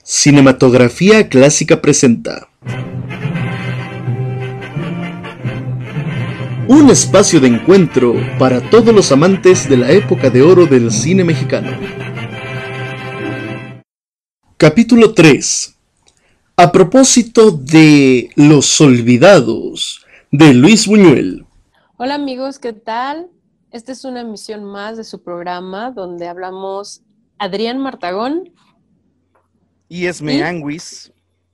Cinematografía Clásica presenta un espacio de encuentro para todos los amantes de la época de oro del cine mexicano. Capítulo 3. A propósito de Los Olvidados, de Luis Buñuel. Hola amigos, ¿qué tal? Esta es una emisión más de su programa donde hablamos Adrián Martagón y Esme Anguis.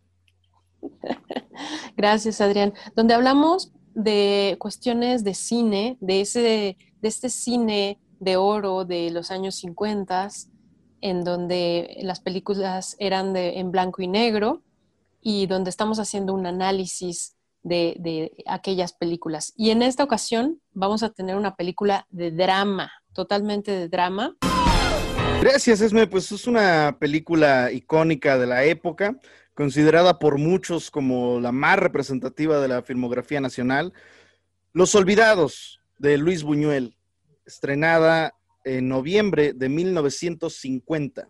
Gracias, Adrián. Donde hablamos de cuestiones de cine, de este cine de oro de los años 50, en donde las películas eran en blanco y negro y donde estamos haciendo un análisis de aquellas películas. Y en esta ocasión vamos a tener una película de drama, totalmente de drama. Gracias, Esme. Pues es una película icónica de la época, considerada por muchos como la más representativa de la filmografía nacional. Los Olvidados, de Luis Buñuel, estrenada en noviembre de 1950.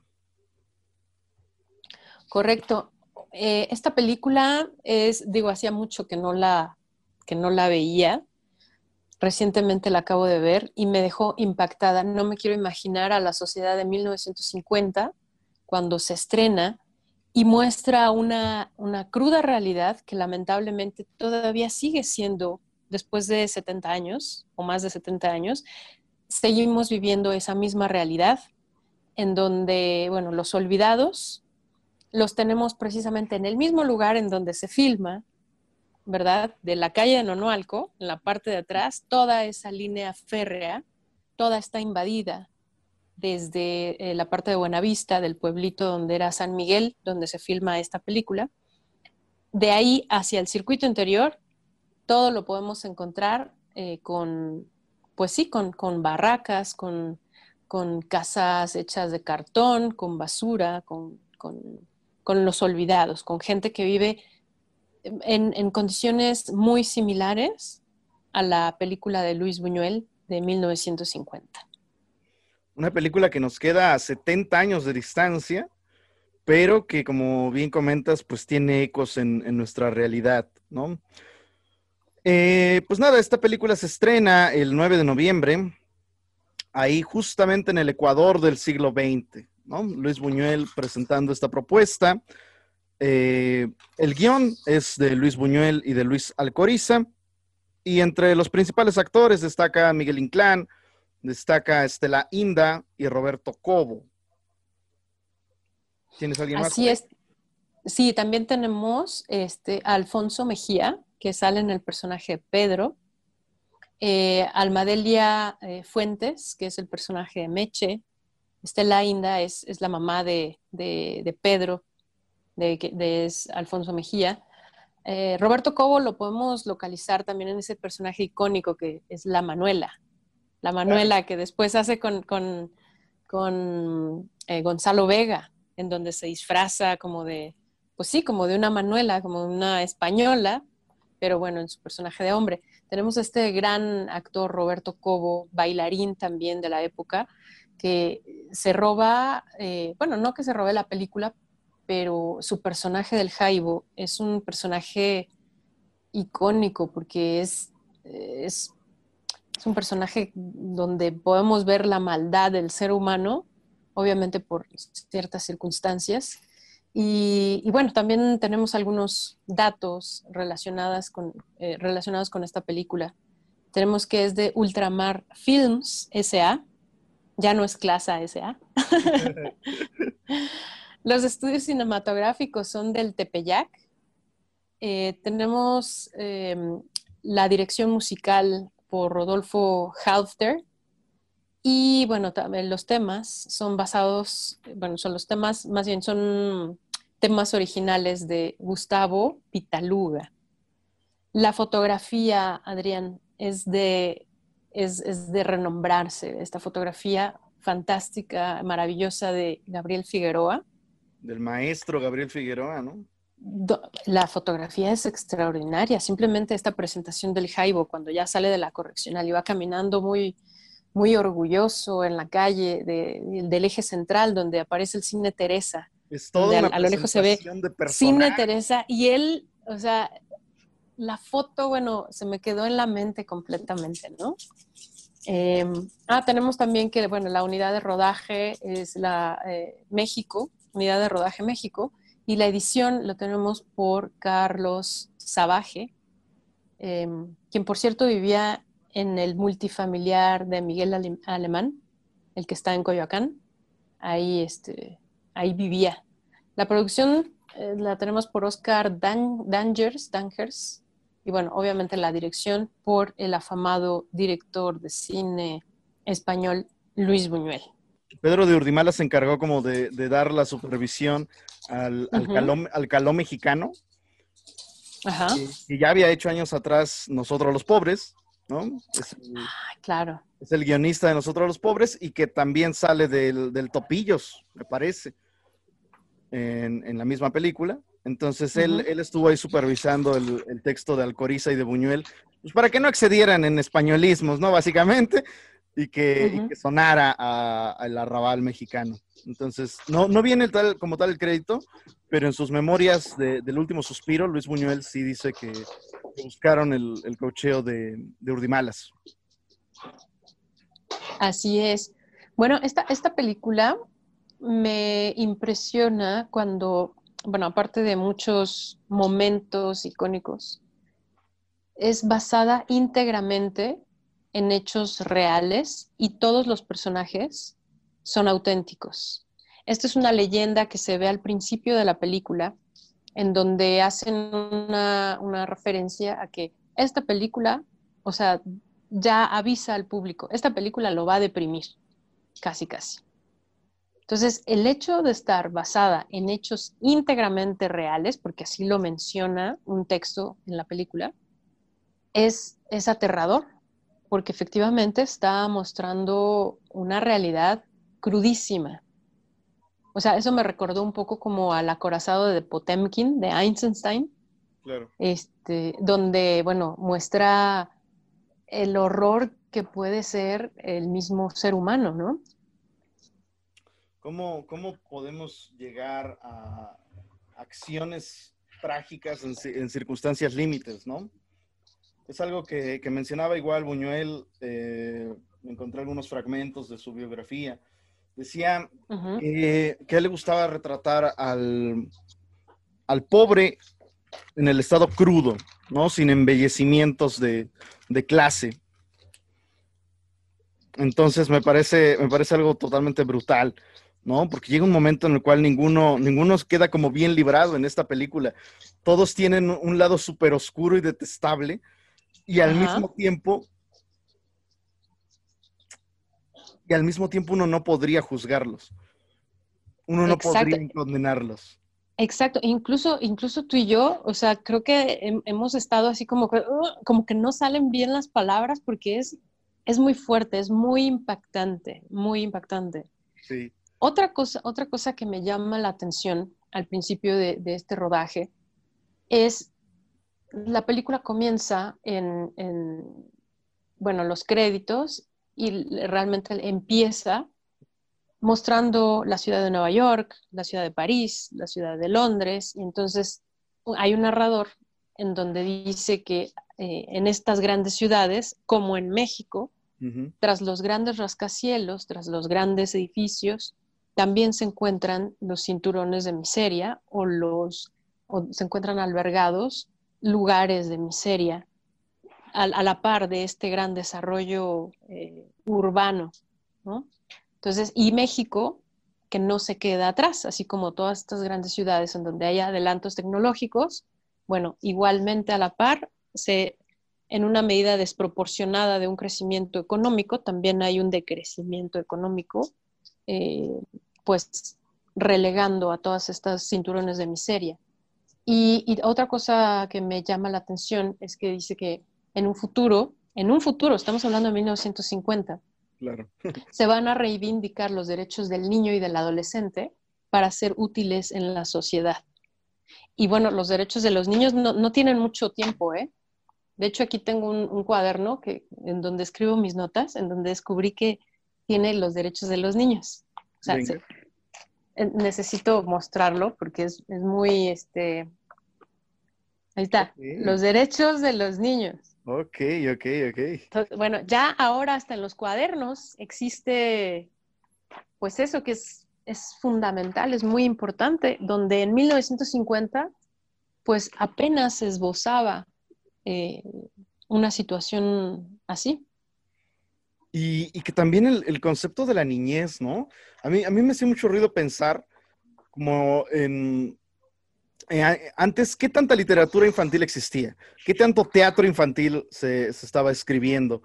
Correcto. Esta película hacía mucho que no la veía. Recientemente la acabo de ver y me dejó impactada. No me quiero imaginar a la sociedad de 1950 cuando se estrena y muestra una cruda realidad que lamentablemente todavía sigue siendo, después de 70 años o más de 70 años, seguimos viviendo esa misma realidad en donde, bueno, los olvidados los tenemos precisamente en el mismo lugar en donde se filma, ¿verdad? De la calle de Nonoalco, en la parte de atrás, toda esa línea férrea, toda está invadida desde la parte de Buenavista, del pueblito donde era San Miguel, donde se filma esta película. De ahí hacia el circuito interior, todo lo podemos encontrar con barracas, con casas hechas de cartón, con basura, con los olvidados, con gente que vive en condiciones muy similares a la película de Luis Buñuel de 1950. Una película que nos queda a 70 años de distancia, pero que, como bien comentas, pues tiene ecos en nuestra realidad, ¿no? Pues nada, esta película se estrena el 9 de noviembre, ahí justamente en el Ecuador del siglo XX, ¿no? Luis Buñuel presentando esta propuesta. El guión es de Luis Buñuel y de Luis Alcoriza, y entre los principales actores destaca Miguel Inclán, destaca Estela Inda y Roberto Cobo. ¿Tienes alguien más? Así es. Sí, también tenemos a Alfonso Mejía, que sale en el personaje de Pedro, Almadelia Fuentes, que es el personaje de Meche, Estela Inda es la mamá de Pedro, de Alfonso Mejía. Roberto Cobo lo podemos localizar también en ese personaje icónico que es la Manuela que después hace con Gonzalo Vega, en donde se disfraza como de una Manuela, como de una española, pero bueno, en su personaje de hombre. Tenemos este gran actor Roberto Cobo, bailarín también de la época, que se roba, no que se robe la película, pero su personaje del Jaibo es un personaje icónico porque es un personaje donde podemos ver la maldad del ser humano, obviamente por ciertas circunstancias. Y bueno, también tenemos algunos datos relacionados con esta película. Tenemos que es de Ultramar Films S.A., ya no es Clasa S.A. Los estudios cinematográficos son del Tepeyac. Tenemos la dirección musical por Rodolfo Halfter. Y bueno, también los temas son basados, son los temas, más bien son temas originales de Gustavo Pitaluga. La fotografía, Adrián, es de renombrarse. Esta fotografía fantástica, maravillosa de Gabriel Figueroa. Del maestro Gabriel Figueroa, ¿no? La fotografía es extraordinaria. Simplemente esta presentación del Jaibo, cuando ya sale de la correccional y va caminando muy, muy orgulloso en la calle del eje central, donde aparece el cine Teresa, Es donde toda una a lo lejos se ve presentación de Cine personaje. Teresa, y él, o sea, la foto, bueno, se me quedó en la mente completamente, ¿no? Tenemos también que, bueno, la unidad de rodaje es la México, unidad de rodaje México, y la edición lo tenemos por Carlos Sabaje, quien por cierto vivía en el multifamiliar de Miguel Alemán, el que está en Coyoacán. Ahí, ahí vivía. La producción la tenemos por Oscar Dangers, y bueno, obviamente la dirección por el afamado director de cine español Luis Buñuel. Pedro de Urdimala se encargó como de dar la supervisión al Caló mexicano, Ajá. que ya había hecho años atrás Nosotros los Pobres, ¿no? Claro. Es el guionista de Nosotros los Pobres y que también sale del Topillos, me parece, en la misma película. Entonces él estuvo ahí supervisando el texto de Alcoriza y de Buñuel, pues para que no excedieran en españolismos, ¿no? Básicamente, y que sonara al arrabal mexicano. Entonces, no viene como tal el crédito, pero en sus memorias del último suspiro, Luis Buñuel sí dice que buscaron el coacheo de Urdimalas. Así es. Bueno, esta película me impresiona cuando, bueno, aparte de muchos momentos icónicos, es basada íntegramente en hechos reales y todos los personajes son auténticos. Esta es una leyenda que se ve al principio de la película, en donde hacen una referencia a que esta película, o sea, ya avisa al público, esta película lo va a deprimir, casi, casi. Entonces, el hecho de estar basada en hechos íntegramente reales, porque así lo menciona un texto en la película, es aterrador, porque efectivamente está mostrando una realidad crudísima. O sea, eso me recordó un poco como al acorazado de Potemkin, de Eisenstein, Claro. Donde, bueno, muestra el horror que puede ser el mismo ser humano, ¿no? ¿Cómo podemos llegar a acciones trágicas en circunstancias límites, ¿no? Es algo que mencionaba igual Buñuel, encontré algunos fragmentos de su biografía. Decía que a él le gustaba retratar al pobre en el estado crudo, ¿no? Sin embellecimientos de clase. Entonces me parece algo totalmente brutal, ¿no? Porque llega un momento en el cual ninguno queda como bien librado en esta película. Todos tienen un lado súper oscuro y detestable, y al mismo tiempo uno no podría juzgarlos. Uno no podría condenarlos. Exacto, incluso tú y yo, o sea, creo que hemos estado así como que no salen bien las palabras porque es muy fuerte, es muy impactante, muy impactante. Sí. Otra cosa que me llama la atención al principio de este rodaje es la película comienza bueno, los créditos y realmente empieza mostrando la ciudad de Nueva York, la ciudad de París, la ciudad de Londres, y entonces hay un narrador en donde dice que en estas grandes ciudades, como en México, tras los grandes rascacielos, tras los grandes edificios, también se encuentran los cinturones de miseria o se encuentran albergados lugares de miseria a la par de este gran desarrollo urbano, ¿no? Entonces, y México, que no se queda atrás, así como todas estas grandes ciudades en donde hay adelantos tecnológicos, bueno, igualmente a la par, en una medida desproporcionada de un crecimiento económico, también hay un decrecimiento económico, pues relegando a todas estas cinturones de miseria. Y otra cosa que me llama la atención es que dice que en un futuro, estamos hablando de 1950, claro, se van a reivindicar los derechos del niño y del adolescente para ser útiles en la sociedad. Y bueno, los derechos de los niños no tienen mucho tiempo, ¿eh? De hecho, aquí tengo un cuaderno en donde escribo mis notas, en donde descubrí que tiene los derechos de los niños. O sea, necesito mostrarlo porque es muy, ahí está, Ok. los derechos de los niños. Ok, ok, ok. Entonces, bueno, ya ahora hasta en los cuadernos existe, pues eso que es fundamental, es muy importante, donde en 1950, pues apenas se esbozaba eh, una situación así. Y que también el concepto de la niñez, ¿no? A mí me hace mucho ruido pensar como en... antes, ¿qué tanta literatura infantil existía? ¿Qué tanto teatro infantil se estaba escribiendo?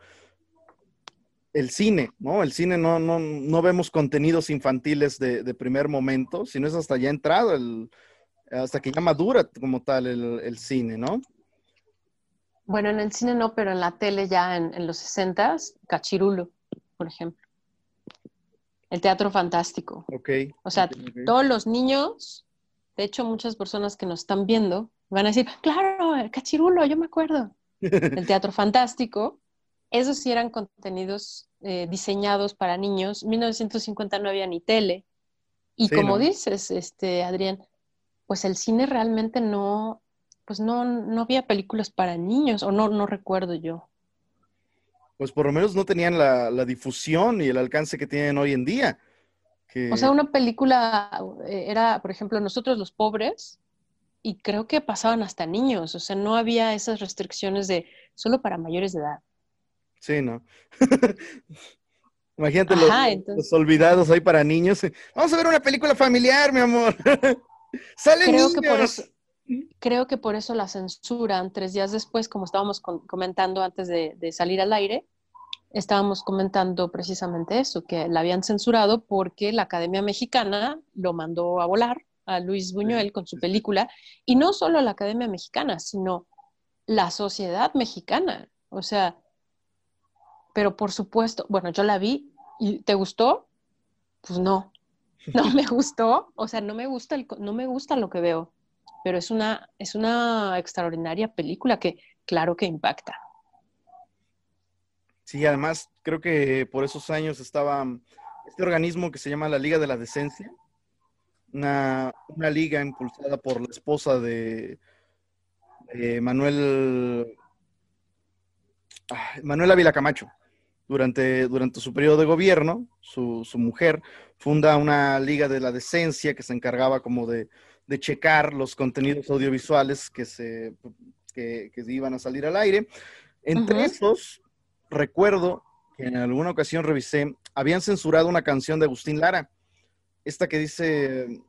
El cine, ¿no? El cine no vemos contenidos infantiles de primer momento, sino es hasta ya entrado, hasta que ya madura como tal el cine, ¿no? Bueno, en el cine no, pero en la tele ya en los 60s, Cachirulo, por ejemplo. El teatro fantástico. Ok, O ok, sea, ok. todos los niños, de hecho, muchas personas que nos están viendo van a decir, claro, el Cachirulo, yo me acuerdo. El teatro fantástico, esos sí eran contenidos diseñados para niños. En 1950 no había ni tele. Y Sí, como ¿no? dices, Adrián, pues el cine realmente no, pues no había películas para niños, o no recuerdo yo. Pues por lo menos no tenían la difusión y el alcance que tienen hoy en día. O sea, Que una película era, por ejemplo, Nosotros los Pobres, y creo que pasaban hasta niños, o sea, no había esas restricciones de solo para mayores de edad. sí, ¿no? Imagínate Ajá, los entonces olvidados ahí para niños. Vamos a ver una película familiar, mi amor. ¡Salen creo que por eso, niños! creo que por eso la censuran 3 días después, como estábamos comentando antes de salir al aire, estábamos comentando precisamente eso, que la habían censurado porque la Academia Mexicana lo mandó a volar a Luis Sí, Buñuel con su sí, sí. película, y no solo la Academia Mexicana, sino la sociedad mexicana. O sea, pero por supuesto, bueno, yo la vi y ¿te gustó? Pues no, no me gustó, o sea, no me gusta lo que veo, pero es una extraordinaria película que claro que impacta. Sí, además creo que por esos años estaba este organismo que se llama la Liga de la Decencia, una liga impulsada por la esposa de Manuel Ávila Camacho. Durante su periodo de gobierno, su mujer funda una Liga de la Decencia que se encargaba como de checar los contenidos audiovisuales que iban a salir al aire. Entre Ujú, esos, recuerdo que en alguna ocasión revisé, habían censurado una canción de Agustín Lara, esta que dice,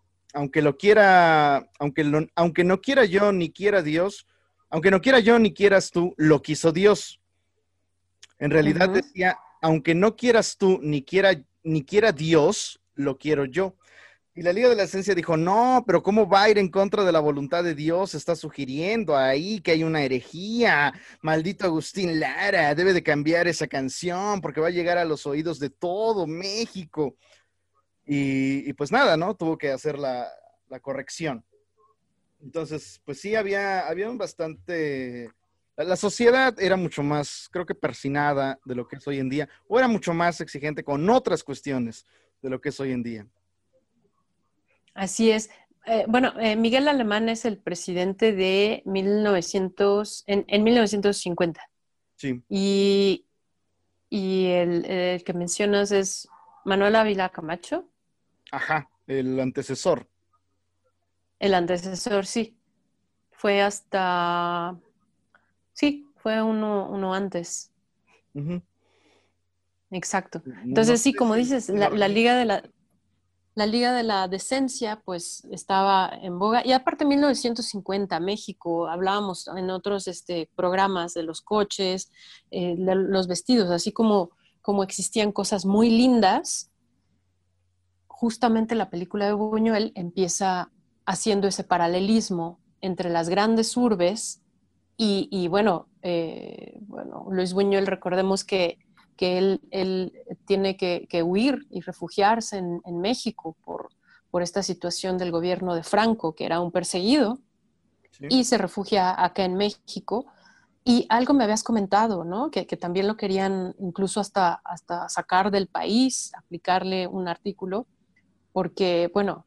aunque no quiera yo ni quiera Dios, aunque no quiera yo ni quieras tú, lo quiso Dios. En realidad ujú. decía, aunque no quieras tú ni quiera Dios, lo quiero yo. Y la Liga de la Esencia dijo, no, pero ¿cómo va a ir en contra de la voluntad de Dios? Está sugiriendo ahí que hay una herejía. Maldito Agustín Lara, debe de cambiar esa canción porque va a llegar a los oídos de todo México. Y pues nada, ¿no? Tuvo que hacer la corrección. Entonces, pues sí, había un bastante... La sociedad era mucho más, creo que persinada de lo que es hoy en día, o era mucho más exigente con otras cuestiones de lo que es hoy en día. Así es. Bueno, Miguel Alemán es el presidente de 1900, en 1950. Sí, Y, y el que mencionas es Manuel Ávila Camacho, ajá, el antecesor. el antecesor, sí. Fue hasta, sí, fue uno antes. Ujú. Exacto. No Entonces, sí, sé como si dices, el organismo. la Liga de la Decencia, pues estaba en boga. Y aparte, 1950, México, hablábamos en otros programas de los coches, de los vestidos, así como existían cosas muy lindas, justamente la película de Buñuel empieza haciendo ese paralelismo entre las grandes urbes y bueno, Luis Buñuel, recordemos que él tiene que huir y refugiarse en México por esta situación del gobierno de Franco, que era un perseguido, Sí. y se refugia acá en México. Y algo me habías comentado, ¿no? Que también lo querían incluso hasta sacar del país, aplicarle un artículo, porque, bueno,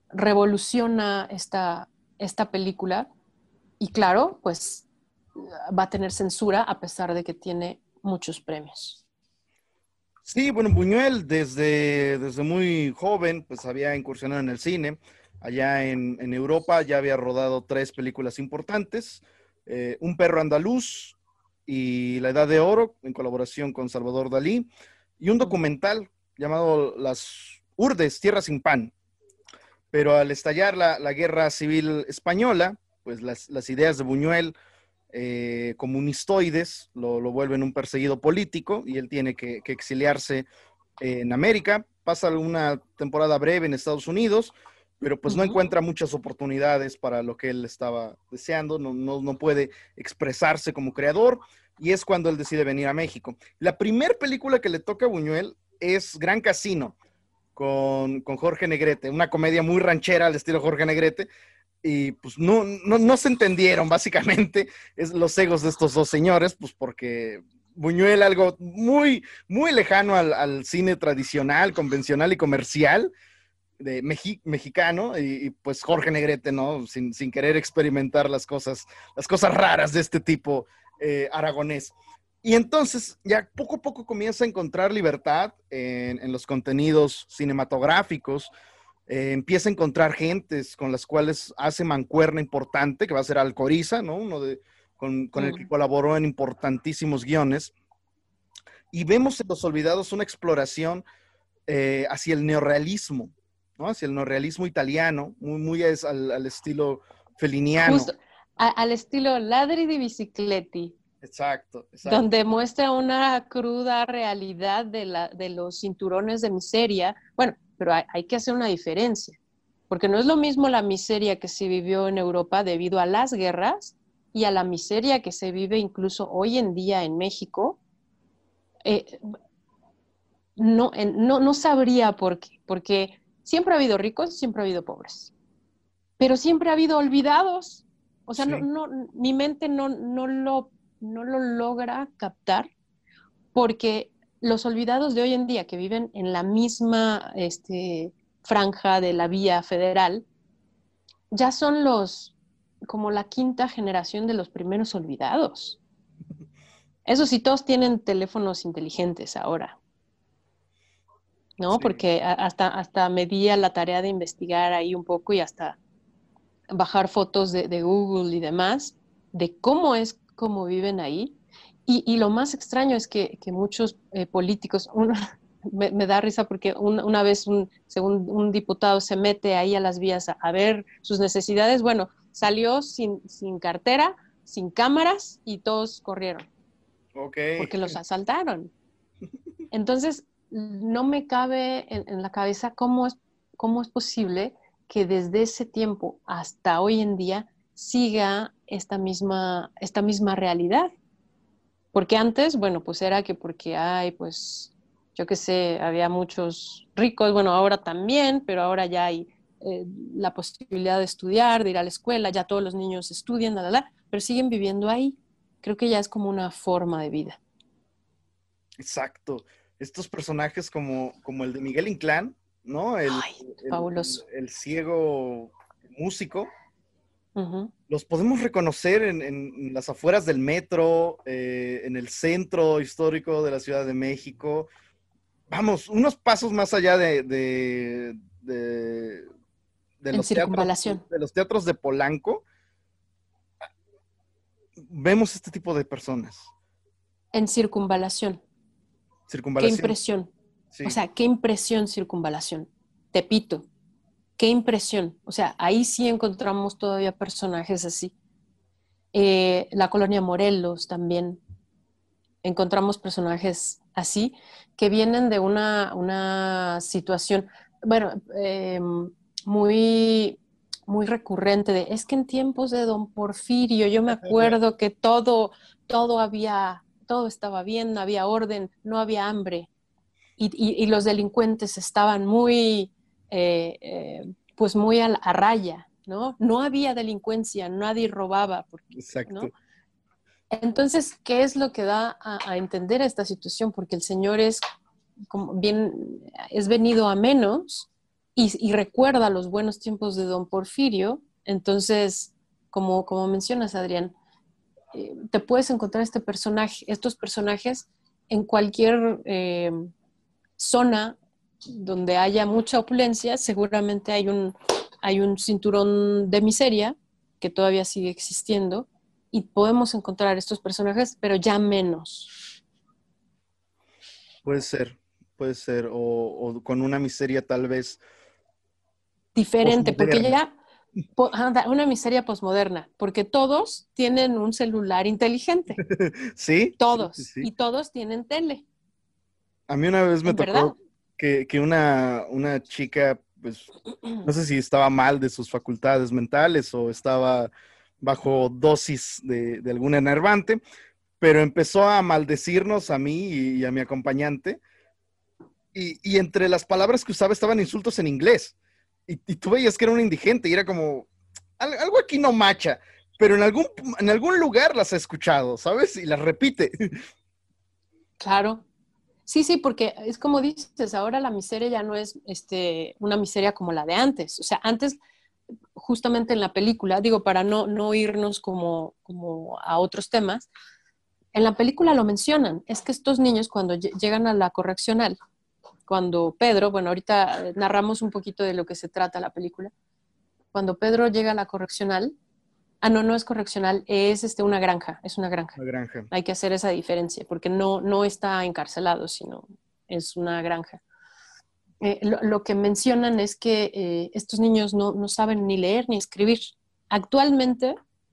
revoluciona esta película y claro, pues va a tener censura a pesar de que tiene muchos premios. Sí, bueno, Buñuel desde muy joven pues había incursionado en el cine. Allá en Europa ya había rodado 3 películas importantes, Un perro andaluz y La Edad de Oro, en colaboración con Salvador Dalí, y un documental llamado Las Urdes, Tierra sin Pan. Pero al estallar la Guerra Civil Española, pues las ideas de Buñuel comunistoides lo vuelven un perseguido político y él tiene que exiliarse en América. Pasa una temporada breve en Estados Unidos, pero pues no encuentra muchas oportunidades para lo que él estaba deseando, no puede expresarse como creador, y es cuando él decide venir a México. La primera película que le toca a Buñuel es Gran Casino, con Jorge Negrete, una comedia muy ranchera al estilo Jorge Negrete, y pues no se entendieron, básicamente, es los egos de estos dos señores, pues porque Buñuel algo muy, muy lejano al cine tradicional, convencional y comercial, de mexicano, y pues Jorge Negrete, ¿no? Sin querer experimentar las cosas raras de este tipo aragonés. Y entonces ya poco a poco comienza a encontrar libertad en los contenidos cinematográficos, empieza a encontrar gentes con las cuales hace mancuerna importante, que va a ser Alcoriza, ¿no? Con el que colaboró en importantísimos guiones. Y vemos en Los Olvidados una exploración hacia el neorrealismo, ¿no? Hacia el neorrealismo italiano, muy al estilo feliniano. Justo, al estilo Ladri di Bicicletti. Exacto. Donde muestra una cruda realidad de los cinturones de miseria. Bueno, pero hay que hacer una diferencia, porque no es lo mismo la miseria que se vivió en Europa debido a las guerras y a la miseria que se vive incluso hoy en día en México. No sabría por qué, porque siempre ha habido ricos, siempre ha habido pobres, pero siempre ha habido olvidados. O sea, sí. Mi mente no lo logra captar, porque los olvidados de hoy en día que viven en la misma franja de la vía federal, ya son como la quinta generación de los primeros olvidados. Eso sí, todos tienen teléfonos inteligentes ahora, ¿no? Sí. Porque hasta me di a la tarea de investigar ahí un poco y hasta bajar fotos de Google y demás, de cómo viven ahí. Y lo más extraño es que muchos políticos, me da risa porque una vez según un diputado se mete ahí a las vías a ver sus necesidades, bueno, salió sin cartera, sin cámaras y todos corrieron. Okay. Porque los asaltaron. Entonces, no me cabe en la cabeza cómo es posible que desde ese tiempo hasta hoy en día siga esta misma realidad. Porque antes, bueno, pues era que porque pues, yo qué sé, había muchos ricos, bueno, ahora también, pero ahora ya hay la posibilidad de estudiar, de ir a la escuela, ya todos los niños estudian, pero siguen viviendo ahí. Creo que ya es como una forma de vida. Exacto. Estos personajes como el de Miguel Inclán, ¿no? Fabuloso. El ciego músico. Uh-huh. Los podemos reconocer en las afueras del metro, en el centro histórico de la Ciudad de México. Vamos, unos pasos más allá de los circunvalación. De los teatros de Polanco. Vemos este tipo de personas. En Circunvalación. Qué impresión. Sí. O sea, qué impresión Circunvalación. Tepito. Qué impresión. O sea, ahí sí encontramos todavía personajes así. La colonia Morelos también. Encontramos personajes así que vienen de una situación, bueno, muy, muy recurrente de, es que en tiempos de Don Porfirio yo me acuerdo que todo estaba bien, había orden, no había hambre y los delincuentes estaban muy, pues muy a raya, ¿no? No había delincuencia, nadie robaba. Exacto. ¿No? Entonces, ¿qué es lo que da a entender esta situación? Porque el Señor es venido a menos y recuerda los buenos tiempos de Don Porfirio. Entonces, como mencionas, Adrián, te puedes encontrar estos personajes en cualquier zona donde haya mucha opulencia. Seguramente hay un cinturón de miseria que todavía sigue existiendo y podemos encontrar estos personajes, pero ya menos. Puede ser, o con una miseria tal vez Diferente, porque posmoderna. una miseria posmoderna, porque todos tienen un celular inteligente, Sí, sí, sí, todos, sí. y todos tienen tele, A mí una vez me en verdad. tocó que una chica, pues, no sé si estaba mal de sus facultades mentales o estaba bajo dosis de algún enervante, pero empezó a maldecirnos a mí y a mi acompañante, y entre las palabras que usaba estaban insultos en inglés, y tú veías que era un indigente, y era como, algo aquí no macha, pero en algún lugar las he escuchado, ¿sabes? Y las repite. Claro. Sí, sí, porque es como dices, ahora la miseria ya no es una miseria como la de antes. O sea, antes, justamente en la película, digo, para no irnos como a otros temas, en la película lo mencionan, es que estos niños cuando llegan a la correccional, cuando Pedro, bueno, ahorita narramos un poquito de lo que se trata la película, cuando Pedro llega a la correccional, no es correccional, es una granja, es una granja. La granja. Hay que hacer esa diferencia, porque no está encarcelado, sino es una granja. Lo que mencionan es que estos niños no saben ni leer ni escribir. Actualmente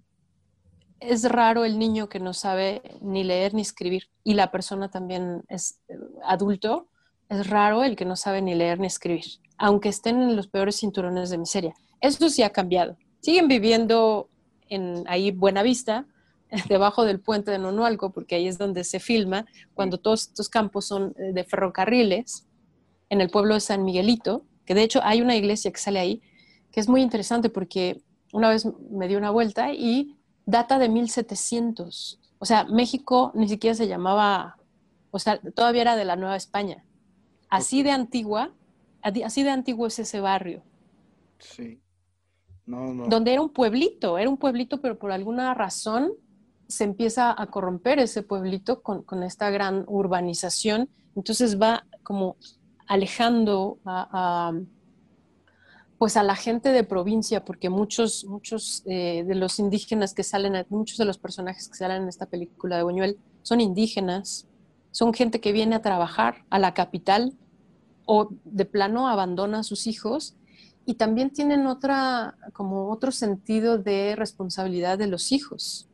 es raro el niño que no sabe ni leer ni escribir, y la persona también es adulto, es raro el que no sabe ni leer ni escribir, aunque estén en los peores cinturones de miseria. Eso sí ha cambiado. Siguen viviendo ahí Buenavista, debajo del puente de Nonualco, porque ahí es donde se filma, cuando todos estos campos son de ferrocarriles, en el pueblo de San Miguelito, que de hecho hay una iglesia que sale ahí, que es muy interesante porque una vez me dio una vuelta y data de 1700. O sea, México ni siquiera se llamaba, o sea, todavía era de la Nueva España. Así de antigua, así de antiguo es ese barrio. Sí. No. Donde era un pueblito, pero por alguna razón se empieza a corromper ese pueblito con esta gran urbanización. Entonces va como alejando pues a la gente de provincia, porque muchos de los indígenas que salen, muchos de los personajes que salen en esta película de Buñuel son indígenas, son gente que viene a trabajar a la capital o de plano abandona a sus hijos, y también tienen como otro sentido de responsabilidad de los hijos.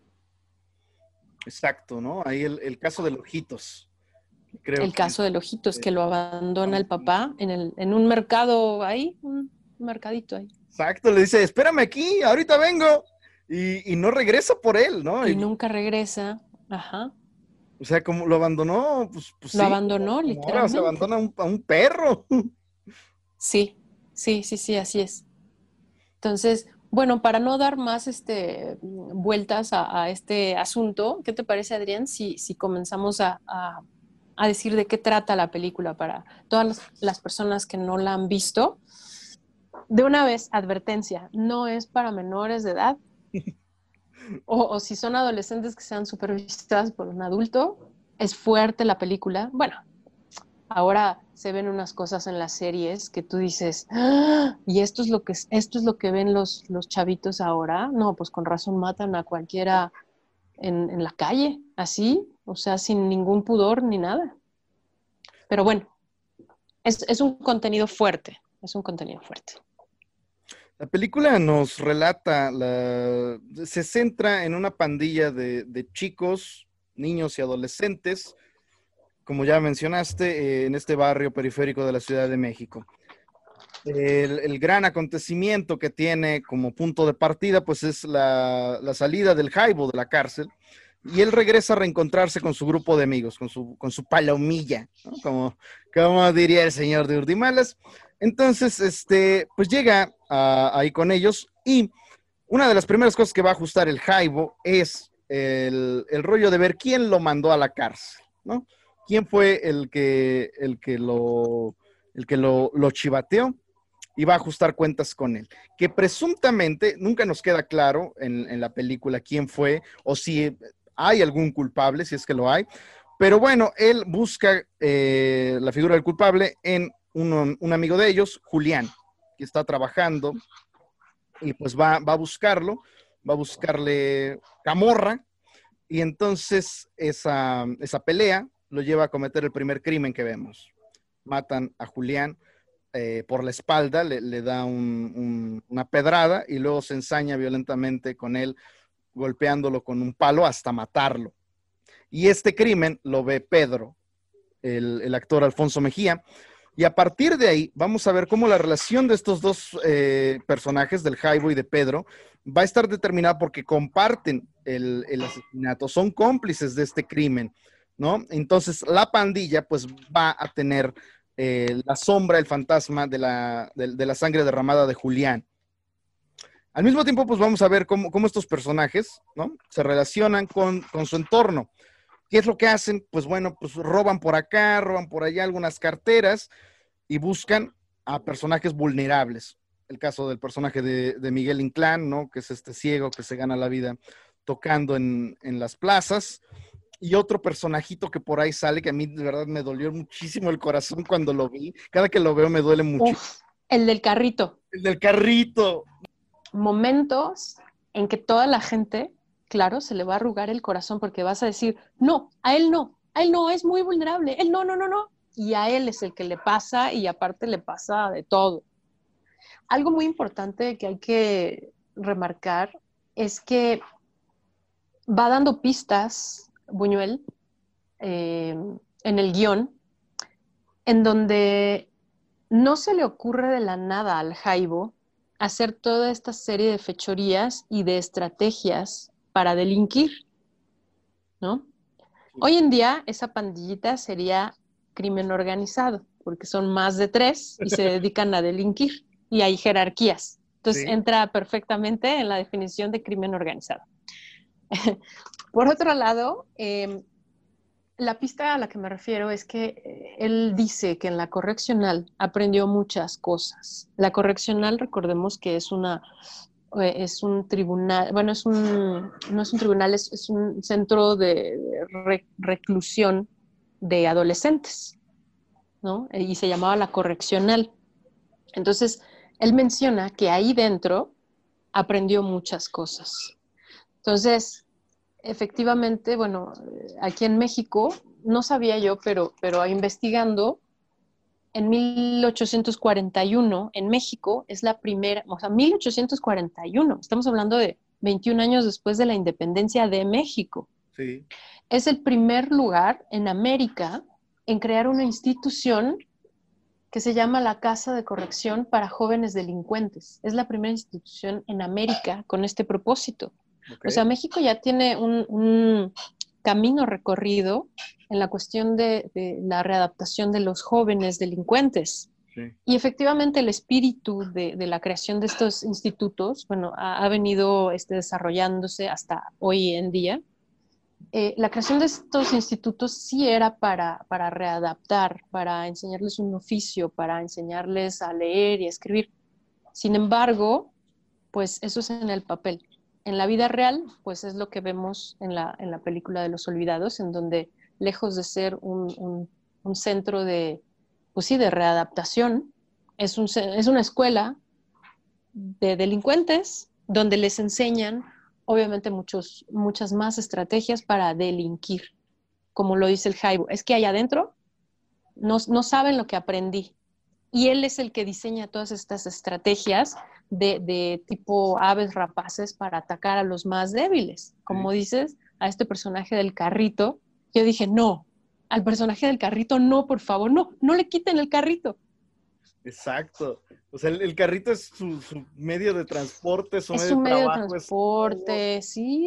Exacto, ¿no? Ahí el caso de Ojitos. Creo El que caso de Ojitos, que lo abandona el papá en un mercado ahí, un mercadito ahí. exacto, le dice, espérame aquí, ahorita vengo. Y no regresa por él, ¿no? Y nunca regresa. Ajá. O sea, como lo abandonó, pues Lo sí, abandonó, como ahora se literalmente. abandona a un perro. Sí, así es. Entonces, bueno, para no dar más vueltas a este asunto, ¿qué te parece, Adrián, si comenzamos a decir de qué trata la película para todas las personas que no la han visto? De una vez, advertencia, no es para menores de edad, o si son adolescentes que sean supervisadas por un adulto. Es fuerte la película. Bueno, ahora se ven unas cosas en las series que tú dices, ¡ah! Y esto es lo que ven los chavitos ahora. No, pues con razón matan a cualquiera en la calle, así, o sea, sin ningún pudor ni nada. Pero bueno, es un contenido fuerte, es un contenido fuerte. La película nos relata, se centra en una pandilla de chicos, niños y adolescentes, como ya mencionaste, en este barrio periférico de la Ciudad de México. El gran acontecimiento que tiene como punto de partida, pues es la salida del Jaibo de la cárcel, y él regresa a reencontrarse con su grupo de amigos, con su palomilla, ¿no? Como diría el señor de Urdimalas. Entonces, pues llega ahí con ellos, y una de las primeras cosas que va a ajustar el Jaibo es el rollo de ver quién lo mandó a la cárcel, ¿no? ¿Quién fue el que lo chivateó? y va a ajustar cuentas con él. Que presuntamente, nunca nos queda claro en la película quién fue o si hay algún culpable, si es que lo hay. Pero bueno, él busca la figura del culpable en un amigo de ellos, Julián, que está trabajando y pues va a buscarlo, va a buscarle camorra y entonces esa pelea lo lleva a cometer el primer crimen que vemos. Matan a Julián por la espalda, le da una pedrada y luego se ensaña violentamente con él, golpeándolo con un palo hasta matarlo. Y este crimen lo ve Pedro, el actor Alfonso Mejía, y a partir de ahí vamos a ver cómo la relación de estos dos personajes, del Jaibo y de Pedro, va a estar determinada porque comparten el asesinato, son cómplices de este crimen, ¿no? Entonces la pandilla pues va a tener la sombra, el fantasma de la sangre derramada de Julián. Al mismo tiempo pues vamos a ver cómo estos personajes, ¿no?, se relacionan con su entorno. ¿Qué es lo que hacen? Pues bueno, pues roban por acá, roban por allá algunas carteras y buscan a personajes vulnerables. El caso del personaje de Miguel Inclán, ¿no?, que es este ciego que se gana la vida tocando en las plazas. Y otro personajito que por ahí sale, que a mí de verdad me dolió muchísimo el corazón cuando lo vi. Cada que lo veo me duele mucho. El del carrito. El del carrito. Momentos en que toda la gente, claro, se le va a arrugar el corazón porque vas a decir, no, a él no, es muy vulnerable, él no. Y a él es el que le pasa y aparte le pasa de todo. Algo muy importante que hay que remarcar es que va dando pistas, Buñuel, en el guión, en donde no se le ocurre de la nada al Jaibo hacer toda esta serie de fechorías y de estrategias para delinquir, ¿no? Hoy en día esa pandillita sería crimen organizado, porque son más de 3 y se dedican a delinquir y hay jerarquías. Entonces entra perfectamente en la definición de crimen organizado. Por otro lado, la pista a la que me refiero es que él dice que en la correccional aprendió muchas cosas. La correccional, recordemos que es un tribunal, bueno, no es un tribunal, es un centro de reclusión de adolescentes, ¿no? Y se llamaba la correccional. Entonces, él menciona que ahí dentro aprendió muchas cosas. Entonces, efectivamente, bueno, aquí en México, no sabía yo, pero investigando, en 1841, en México, es la primera, o sea, 1841, estamos hablando de 21 años después de la independencia de México. Sí. Es el primer lugar en América en crear una institución que se llama la Casa de Corrección para Jóvenes Delincuentes. Es la primera institución en América con este propósito. Okay. O sea, México ya tiene un camino recorrido en la cuestión de la readaptación de los jóvenes delincuentes. Sí. Y efectivamente el espíritu de la creación de estos institutos, bueno, ha venido desarrollándose hasta hoy en día. La creación de estos institutos sí era para readaptar, para enseñarles un oficio, para enseñarles a leer y a escribir. Sin embargo, pues eso es en el papel. En la vida real, pues es lo que vemos en la película de Los Olvidados, en donde lejos de ser un centro de, pues sí, de readaptación, es una escuela de delincuentes donde les enseñan, obviamente, muchas más estrategias para delinquir. Como lo dice el Jaibo, es que allá adentro no saben lo que aprendí. Y él es el que diseña todas estas estrategias de tipo aves rapaces para atacar a los más débiles. Como dices, a este personaje del carrito, yo dije, no, al personaje del carrito no, por favor, no le quiten el carrito. Exacto. O sea, el carrito es su medio de transporte, es su medio de transporte, sí.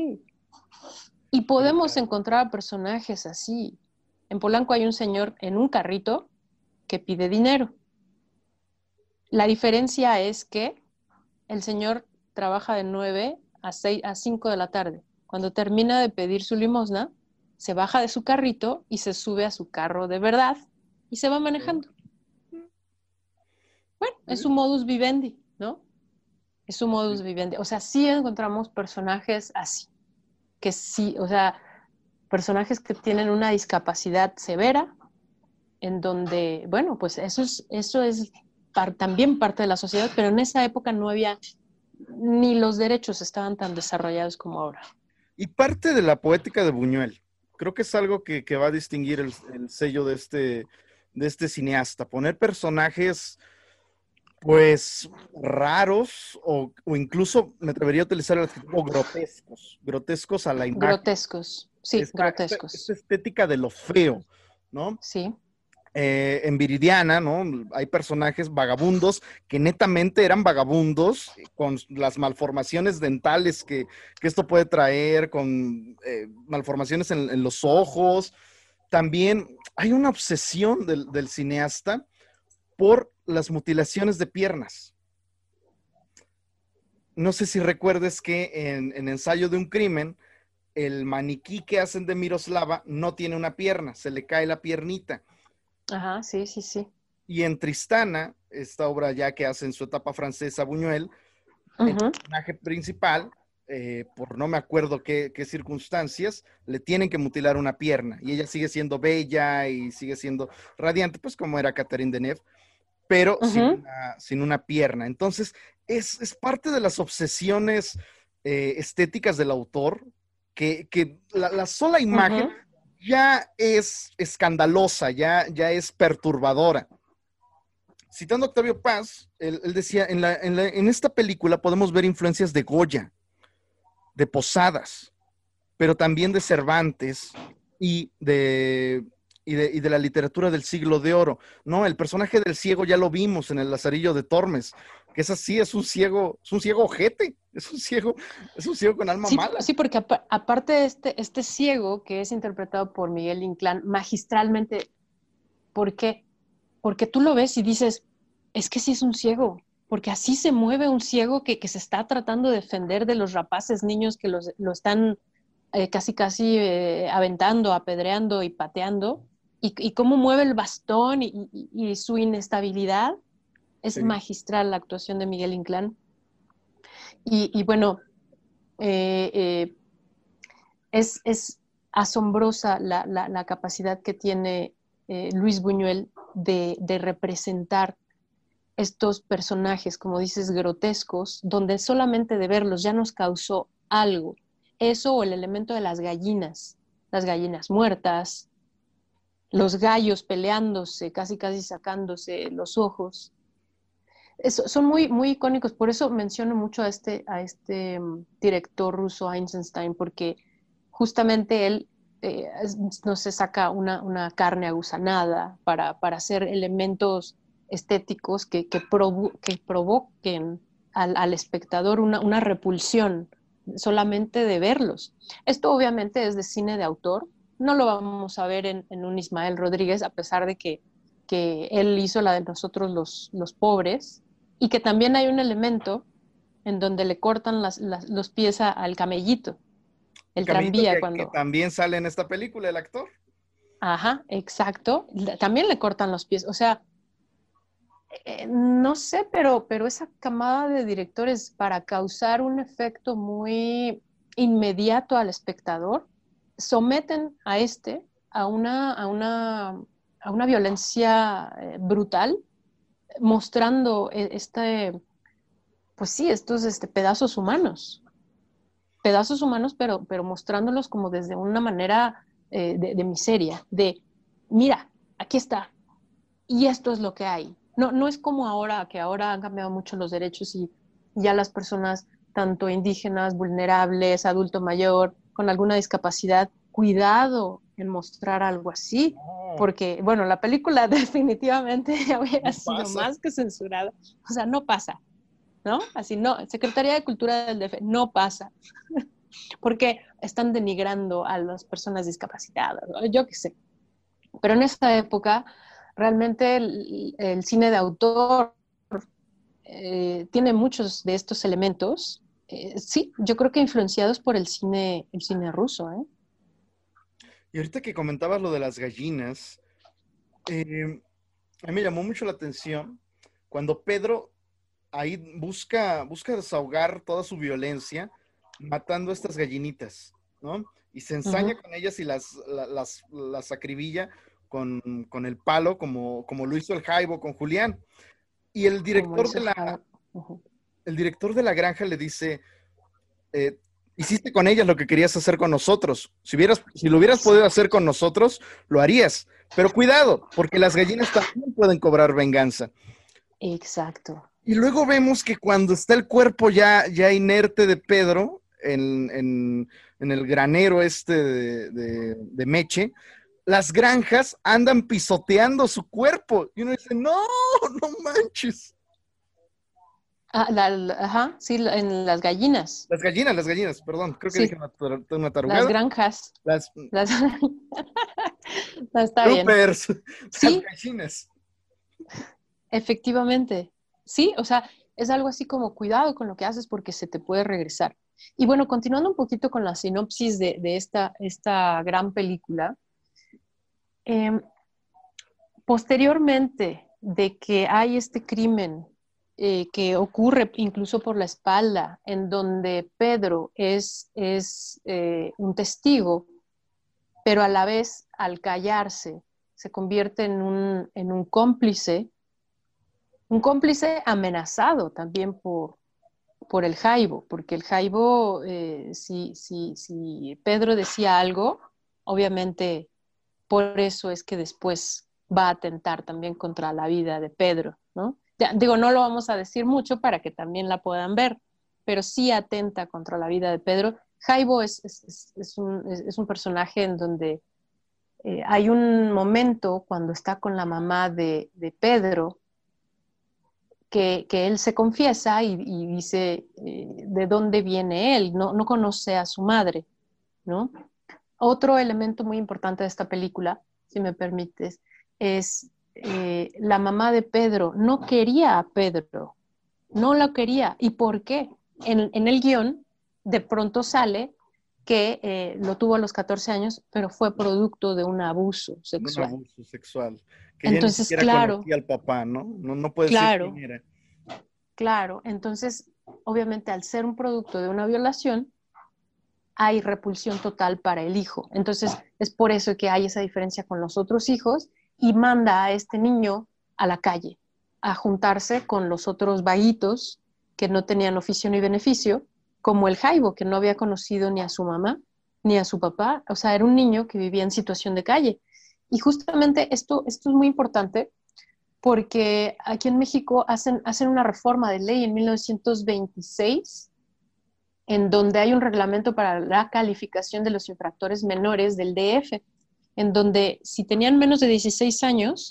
Y podemos encontrar personajes así. En Polanco hay un señor en un carrito que pide dinero. La diferencia es que el señor trabaja de 9 a 5 de la tarde. Cuando termina de pedir su limosna, se baja de su carrito y se sube a su carro de verdad y se va manejando. bueno, es su modus vivendi, ¿no? Es su modus vivendi. O sea, sí encontramos personajes así, que sí, o sea, personajes que tienen una discapacidad severa, en donde, bueno, pues eso es también parte de la sociedad, pero en esa época no había, ni los derechos estaban tan desarrollados como ahora. Y parte de la poética de Buñuel, creo que es algo que va a distinguir el sello de este cineasta, poner personajes pues raros o incluso me atrevería a utilizar el adjetivo grotescos a la imagen. Grotescos, sí, Esta grotescos. estética de lo feo, ¿no? Sí. En Viridiana, ¿no? Hay personajes vagabundos que netamente eran vagabundos con las malformaciones dentales que esto puede traer, con malformaciones en los ojos. También hay una obsesión del cineasta por las mutilaciones de piernas. No sé si recuerdes que en Ensayo de un crimen, el maniquí que hacen de Miroslava no tiene una pierna, se le cae la piernita. Ajá, sí, sí, sí. Y en Tristana, esta obra ya que hace en su etapa francesa Buñuel, el personaje principal, por no me acuerdo qué circunstancias, le tienen que mutilar una pierna. Y ella sigue siendo bella y sigue siendo radiante, pues como era Catherine Deneuve, pero sin una pierna. Entonces, es parte de las obsesiones estéticas del autor, que la sola imagen ya es escandalosa, ya es perturbadora. Citando a Octavio Paz, él decía, en esta película podemos ver influencias de Goya, de Posadas, pero también de Cervantes y de la literatura del Siglo de Oro. No, el personaje del ciego ya lo vimos en el Lazarillo de Tormes, que es así, es un ciego ojete, es un ciego con alma mala. Sí, porque aparte de este ciego que es interpretado por Miguel Inclán magistralmente, ¿por qué? Porque tú lo ves y dices, es que sí es un ciego, porque así se mueve un ciego que se está tratando de defender de los rapaces niños que lo están casi aventando, apedreando y pateando, y cómo mueve el bastón y su inestabilidad. Es magistral la actuación de Miguel Inclán. Y bueno, es asombrosa la capacidad que tiene Luis Buñuel de representar estos personajes, como dices, grotescos, donde solamente de verlos ya nos causó algo. Eso o el elemento de las gallinas muertas, los gallos peleándose, casi sacándose los ojos. Son muy, muy icónicos, por eso menciono mucho a este director ruso, Eisenstein, porque justamente él no se saca una carne agusanada para hacer elementos estéticos que provoquen al espectador una repulsión solamente de verlos. Esto obviamente es de cine de autor, no lo vamos a ver en un Ismael Rodríguez, a pesar de que él hizo la de nosotros los pobres, y que también hay un elemento en donde le cortan los pies al camellito, el tranvía que también sale en esta película el actor. Ajá, exacto. También le cortan los pies. O sea, no sé, pero esa camada de directores para causar un efecto muy inmediato al espectador, someten a una violencia brutal, mostrando pues sí, estos pedazos humanos, pero mostrándolos como desde una manera de miseria, de, mira, aquí está, y esto es lo que hay. No es como ahora, que ahora han cambiado mucho los derechos y ya las personas, tanto indígenas, vulnerables, adulto mayor, con alguna discapacidad, cuidado en mostrar algo así, porque, bueno, la película definitivamente hubiera sido más que censurada. O sea, no pasa, ¿no? Así no, Secretaría de Cultura del DF, no pasa. Porque están denigrando a las personas discapacitadas, ¿no? Yo qué sé. Pero en esa época, realmente el cine de autor tiene muchos de estos elementos, sí, yo creo que influenciados por el cine ruso, ¿eh? Y ahorita que comentabas lo de las gallinas, a mí me llamó mucho la atención cuando Pedro ahí busca desahogar toda su violencia matando a estas gallinitas, ¿no? Y se ensaña con ellas y las acribilla con el palo, como lo hizo el Jaibo con Julián. Y el director el director de la granja le dice, hiciste con ellas lo que querías hacer con nosotros. Si lo hubieras podido hacer con nosotros, lo harías. Pero cuidado, porque las gallinas también pueden cobrar venganza. Exacto. Y luego vemos que cuando está el cuerpo ya inerte de Pedro en el granero de Meche, las granjas andan pisoteando su cuerpo. Y uno dice, no manches. Sí, en las gallinas. Las gallinas, perdón. Creo que sí. dije una tarugada. Las granjas. Está Troopers. bien. Sí. Las gallinas. Efectivamente. Sí, o sea, es algo así como cuidado con lo que haces porque se te puede regresar. Y bueno, continuando un poquito con la sinopsis de esta gran película, posteriormente de que hay este crimen que ocurre incluso por la espalda, en donde Pedro es un testigo, pero a la vez, al callarse, se convierte en un cómplice amenazado también por el Jaibo, porque el Jaibo, si Pedro decía algo, obviamente por eso es que después va a atentar también contra la vida de Pedro, ¿no? Ya, digo, no lo vamos a decir mucho para que también la puedan ver, pero sí atenta contra la vida de Pedro. Jaibo es un personaje en donde hay un momento cuando está con la mamá de Pedro que él se confiesa y dice de dónde viene él, no conoce a su madre, ¿no? Otro elemento muy importante de esta película, si me permites, es la mamá de Pedro no quería a Pedro, no lo quería. ¿Y por qué? En el guión de pronto sale que lo tuvo a los 14 años, pero fue producto de un abuso sexual. Un abuso sexual. Que entonces, ya ni siquiera conocía al papá, ¿no? No puede decir quién era. Claro, entonces, obviamente, al ser un producto de una violación, hay repulsión total para el hijo. Entonces, es por eso que hay esa diferencia con los otros hijos y manda a este niño a la calle, a juntarse con los otros vaguitos que no tenían oficio ni beneficio, como el Jaibo, que no había conocido ni a su mamá ni a su papá. O sea, era un niño que vivía en situación de calle. Y justamente esto es muy importante porque aquí en México hacen una reforma de ley en 1926 en donde hay un reglamento para la calificación de los infractores menores del DF, en donde si tenían menos de 16 años,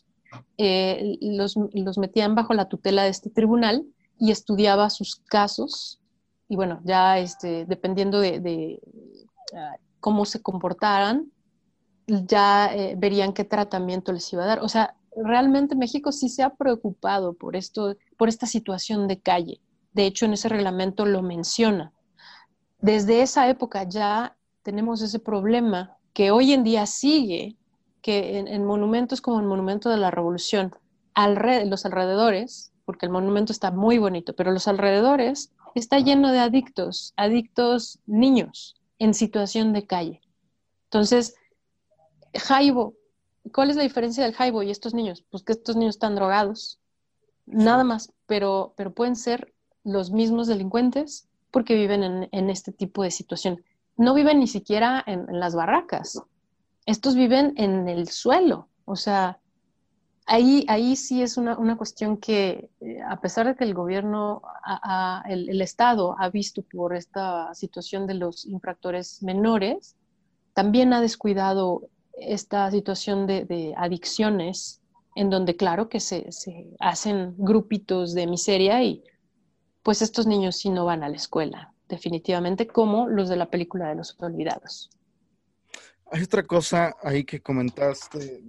los metían bajo la tutela de este tribunal y estudiaba sus casos, y bueno, ya dependiendo de cómo se comportaran, ya verían qué tratamiento les iba a dar. O sea, realmente México sí se ha preocupado por esta situación de calle. De hecho, en ese reglamento lo menciona. Desde esa época ya tenemos ese problema que hoy en día sigue, que en monumentos como el Monumento de la Revolución, los alrededores, porque el monumento está muy bonito, pero los alrededores está lleno de adictos niños en situación de calle. Entonces, Jaibo, ¿cuál es la diferencia del Jaibo y estos niños? Pues que estos niños están drogados, nada más, pero pueden ser los mismos delincuentes porque viven en este tipo de situación. No viven ni siquiera en las barracas. Estos viven en el suelo. O sea, ahí sí es una cuestión que, a pesar de que el gobierno, el Estado ha visto por esta situación de los infractores menores, también ha descuidado esta situación de adicciones, en donde claro que se hacen grupitos de miseria y pues estos niños sí no van a la escuela, definitivamente, como los de la película de los olvidados. Hay otra cosa ahí que comentaste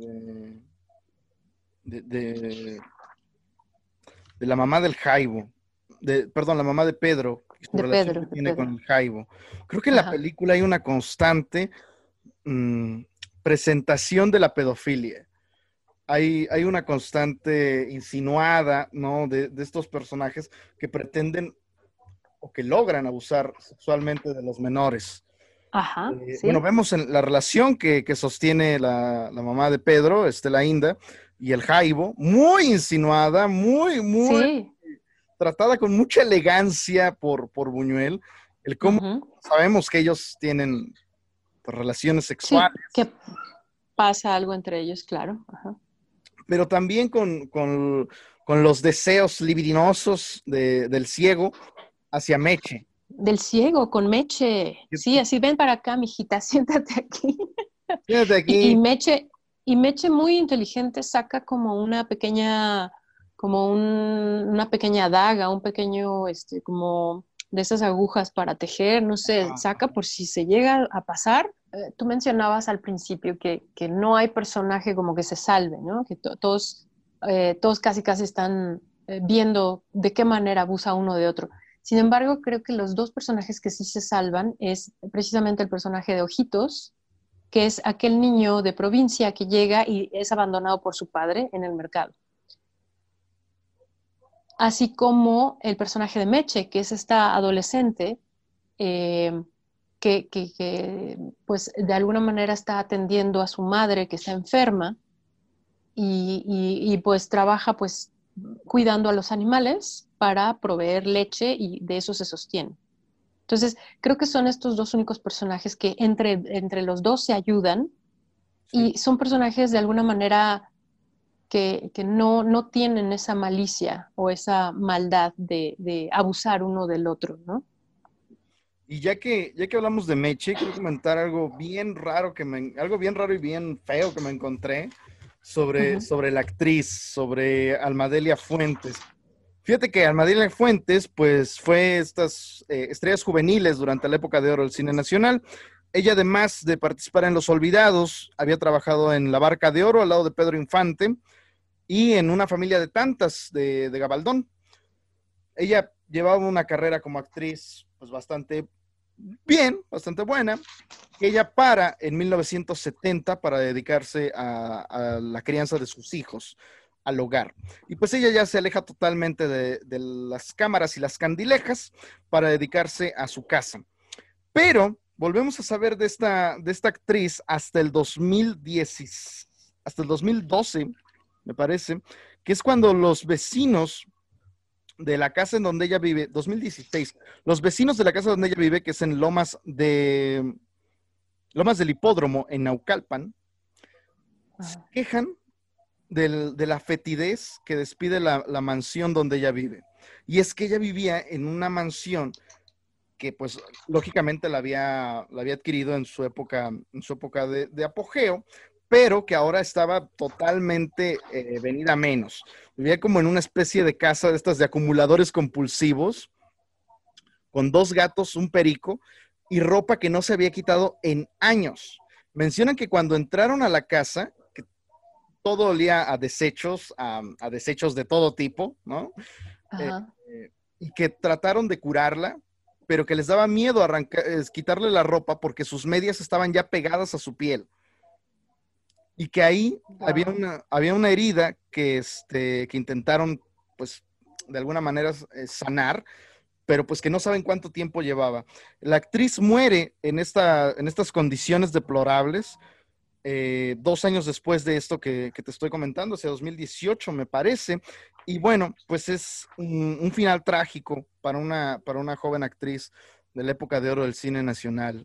de la mamá del Jaibo, la mamá de Pedro, y su relación que tiene con el Jaibo. Creo que en la película hay una constante presentación de la pedofilia. hay una constante insinuada, ¿no? De estos personajes que pretenden o que logran abusar sexualmente de los menores. Ajá, Bueno, sí, vemos en la relación que sostiene la mamá de Pedro, Estela Inda, y el Jaibo, muy insinuada, muy sí. tratada con mucha elegancia por Buñuel. El cómo Ujú. sabemos que ellos tienen pues, relaciones Sí, sexuales, que pasa algo entre ellos, claro. Ajá. pero también con los deseos libidinosos del ciego hacia Meche. Del ciego con Meche. Sí, así ven para acá, mijita, siéntate aquí. Fíjate Y, y aquí, Meche, y Meche muy inteligente saca como una pequeña, una pequeña daga, un pequeño, como de esas agujas para tejer, no sé, saca por si se llega a pasar. Tú mencionabas al principio que no hay personaje como que se salve, ¿no? Que todos casi casi están viendo de qué manera abusa uno de otro. Sin embargo, creo que los dos personajes que sí se salvan es precisamente el personaje de Ojitos, que es aquel niño de provincia que llega y es abandonado por su padre en el mercado. Así como el personaje de Meche, que es esta adolescente eh, pues de alguna manera está atendiendo a su madre que está enferma y pues trabaja pues cuidando a los animales para proveer leche y de eso se sostiene. Entonces, creo que son estos dos únicos personajes que entre los dos se ayudan sí. y son personajes de alguna manera que no tienen esa malicia o esa maldad de abusar uno del otro, ¿no? Y ya que hablamos de Meche, quiero comentar algo bien raro algo bien raro y bien feo que me encontré sobre, Ujú. sobre la actriz, sobre Almadelia Fuentes. Fíjate que Almadelia Fuentes, pues fue estas estrellas juveniles durante la época de oro del cine nacional. Ella, además de participar en Los Olvidados, había trabajado en La Barca de Oro al lado de Pedro Infante y en Una familia de tantas de Gabaldón. Ella llevaba una carrera como actriz pues bastante bien, bastante buena. Ella para en 1970 para dedicarse a la crianza de sus hijos, al hogar. Y pues ella ya se aleja totalmente de las cámaras y las candilejas para dedicarse a su casa. Pero volvemos a saber de esta actriz hasta el 2010, hasta el 2012, me parece, que es cuando los vecinos de la casa en donde ella vive, 2016, los vecinos de la casa donde ella vive, que es en Lomas del Hipódromo, en Naucalpan, se Ajá. quejan de la fetidez que despide la mansión donde ella vive. Y es que ella vivía en una mansión que pues lógicamente la había adquirido en su época de apogeo, pero que ahora estaba totalmente venida a menos. Vivía como en una especie de casa de estas de acumuladores compulsivos, con 2 gatos, un perico y ropa que no se había quitado en años. Mencionan que cuando entraron a la casa, que todo olía a desechos, a desechos de todo tipo, ¿no? Eh, Ajá. y que trataron de curarla, pero que les daba miedo quitarle la ropa porque sus medias estaban ya pegadas a su piel. Y que ahí había Wow. una herida que intentaron, pues, de alguna manera sanar, pero pues que no saben cuánto tiempo llevaba. La actriz muere en estas condiciones deplorables 2 años después de esto que te estoy comentando, hacia 2018 me parece. Y bueno, pues es un final trágico para una joven actriz de la época de oro del cine nacional.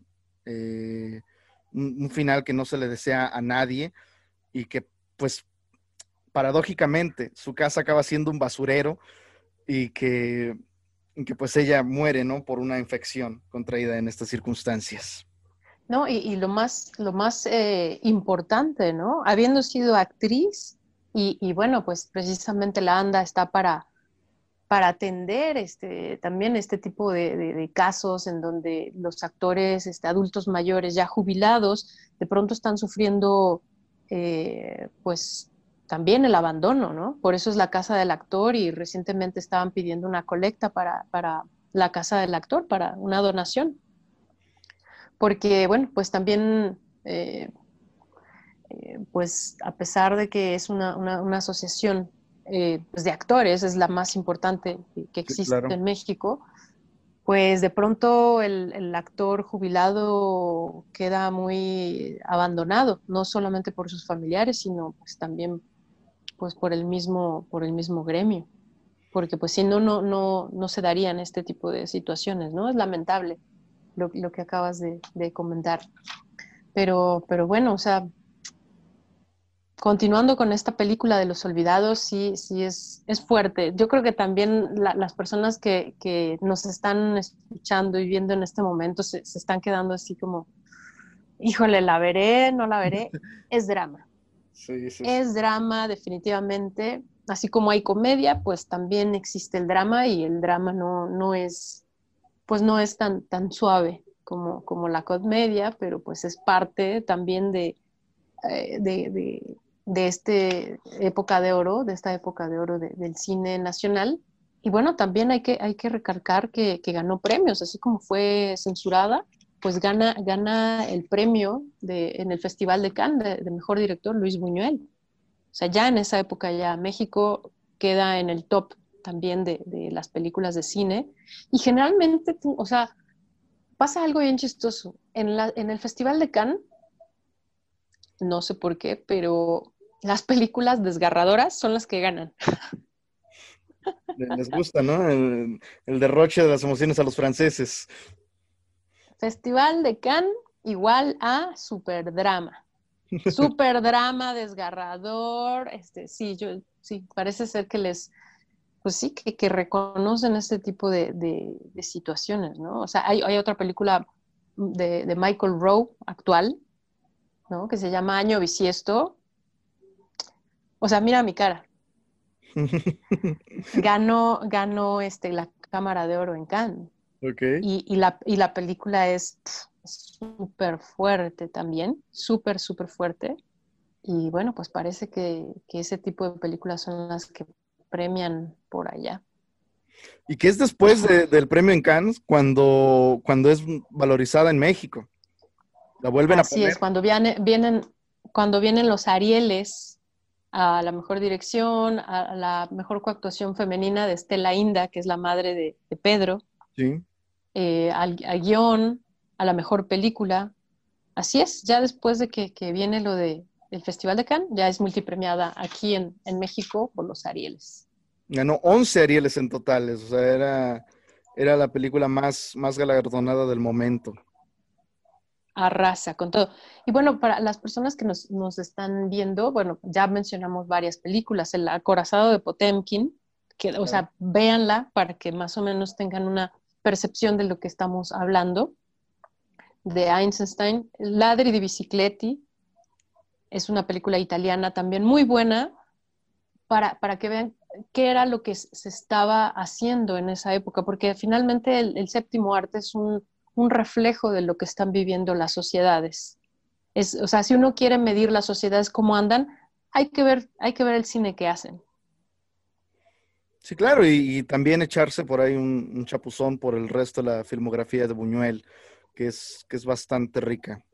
Un final que no se le desea a nadie y que pues paradójicamente su casa acaba siendo un basurero y que pues ella muere, ¿no? Por una infección contraída en estas circunstancias. No, y lo más importante, ¿no? Habiendo sido actriz, y bueno, pues precisamente la ANDA está para atender también este tipo de casos en donde los actores adultos mayores ya jubilados de pronto están sufriendo pues también el abandono, ¿no? Por eso es la casa del actor y recientemente estaban pidiendo una colecta para la casa del actor, para una donación, porque bueno, pues también pues a pesar de que es una asociación pues de actores, es la más importante que Sí, existe claro. en México, pues de pronto el actor jubilado queda muy abandonado, no solamente por sus familiares, sino pues también pues por el mismo gremio, porque pues si no, no se darían este tipo de situaciones, ¿no? Es lamentable lo que acabas de comentar. Pero bueno, o sea, continuando con esta película de Los Olvidados, sí es fuerte. Yo creo que también las personas que nos están escuchando y viendo en este momento se están quedando así como, híjole, ¿la veré? ¿No la veré? Es drama. Sí, sí, sí. Es drama definitivamente. Así como hay comedia, pues también existe el drama y el drama no es, pues no es tan suave como la comedia, pero pues es parte también eh, de, de, de de esta época de oro del cine nacional. Y bueno, también hay que recalcar que ganó premios, así como fue censurada, pues gana el premio en el Festival de Cannes de mejor director Luis Buñuel. O sea, ya en esa época ya México queda en el top también de las películas de cine. Y generalmente, o sea, pasa algo bien chistoso. En el Festival de Cannes, no sé por qué, pero las películas desgarradoras son las que ganan. Les gusta, ¿no? El derroche de las emociones a los franceses. Festival de Cannes igual a superdrama. Superdrama, desgarrador, sí, parece ser que pues sí, que reconocen este tipo de situaciones, ¿no? O sea, hay otra película de Michael Rowe actual, ¿no? Que se llama Año Bisiesto. O sea, mira mi cara. Ganó la Cámara de Oro en Cannes. Ok. Y la película es súper fuerte también, súper fuerte. Y bueno, pues parece que ese tipo de películas son las que premian por allá. Y que es después del premio en Cannes cuando es valorizada en México. La vuelven a Así poner. es, cuando vienen los Arieles a la mejor dirección, a la mejor coactuación femenina de Estela Inda, que es la madre de Pedro, Sí. al guión, a la mejor película. Así es, ya después de que viene lo de el Festival de Cannes, ya es multipremiada aquí en México por los Arieles. Ganó 11 Arieles en totales. O sea, era la película más galardonada del momento. Arrasa con todo. Y bueno, para las personas que nos están viendo, bueno, ya mencionamos varias películas, El acorazado de Potemkin, que, o Claro. sea, véanla para que más o menos tengan una percepción de lo que estamos hablando, de Einstein, Ladri di Bicicletti, es una película italiana también muy buena, para que vean qué era lo que se estaba haciendo en esa época, porque finalmente el séptimo arte es un reflejo de lo que están viviendo las sociedades. O sea, si uno quiere medir las sociedades cómo andan, hay que ver el cine que hacen. Sí, claro, y también echarse por ahí un chapuzón por el resto de la filmografía de Buñuel, que es bastante rica.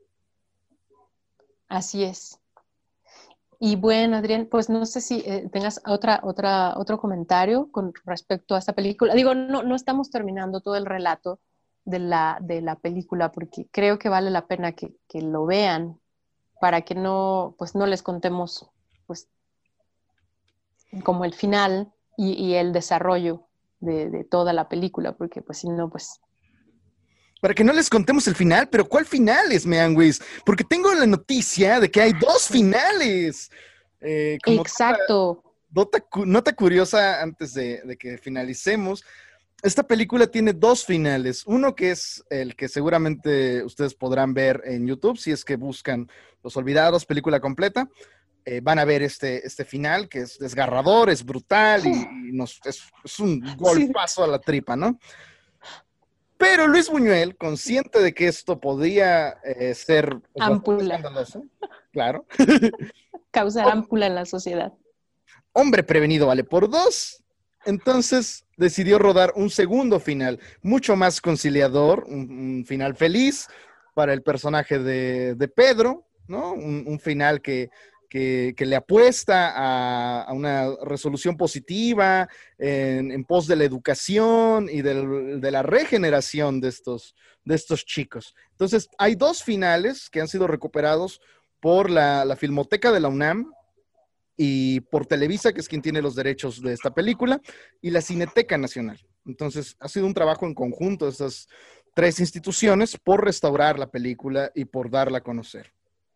Así es. Y bueno, Adrián, pues no sé si tengas otro comentario con respecto a esta película. Digo, no estamos terminando todo el relato de la película porque creo que vale la pena que lo vean para que pues no les contemos pues como el final y el desarrollo de toda la película, porque pues si no, pues... Para que no les contemos el final, pero ¿cuál finales, Meanguis? Porque tengo la noticia de que hay dos finales. Como Exacto. nota curiosa antes de que finalicemos, esta película tiene dos finales. Uno que es el que seguramente ustedes podrán ver en YouTube si es que buscan Los Olvidados, película completa. Van a ver este final que es desgarrador, es brutal y es un Sí. golpazo a la tripa, ¿no? Pero Luis Buñuel, consciente de que esto podía ser pues, bastante Ámpula. escandaloso, claro, Causar ámpula en la sociedad. hombre prevenido vale por dos, entonces decidió rodar un segundo final, mucho más conciliador, un final feliz para el personaje de Pedro, ¿no? Un final que le apuesta a una resolución positiva en pos de la educación y de la regeneración de estos chicos. Entonces, hay dos finales que han sido recuperados por la Filmoteca de la UNAM y por Televisa, que es quien tiene los derechos de esta película, y la Cineteca Nacional. Entonces, ha sido un trabajo en conjunto de esas tres instituciones por restaurar la película y por darla a conocer.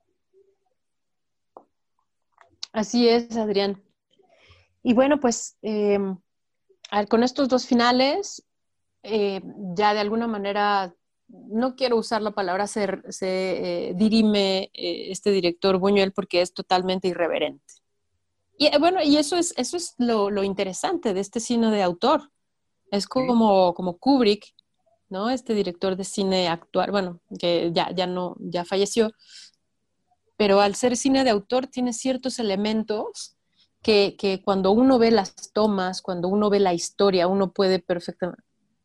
Así es, Adrián. Y bueno, pues con estos dos finales, ya de alguna manera, no quiero usar la palabra se dirime este director Buñuel porque es totalmente irreverente. Y bueno, y eso es lo interesante de este cine de autor. Es como Kubrick, ¿no? Este director de cine actual, bueno, que ya falleció, pero al ser cine de autor tiene ciertos elementos que cuando uno ve las tomas, cuando uno ve la historia, uno puede perfectamente...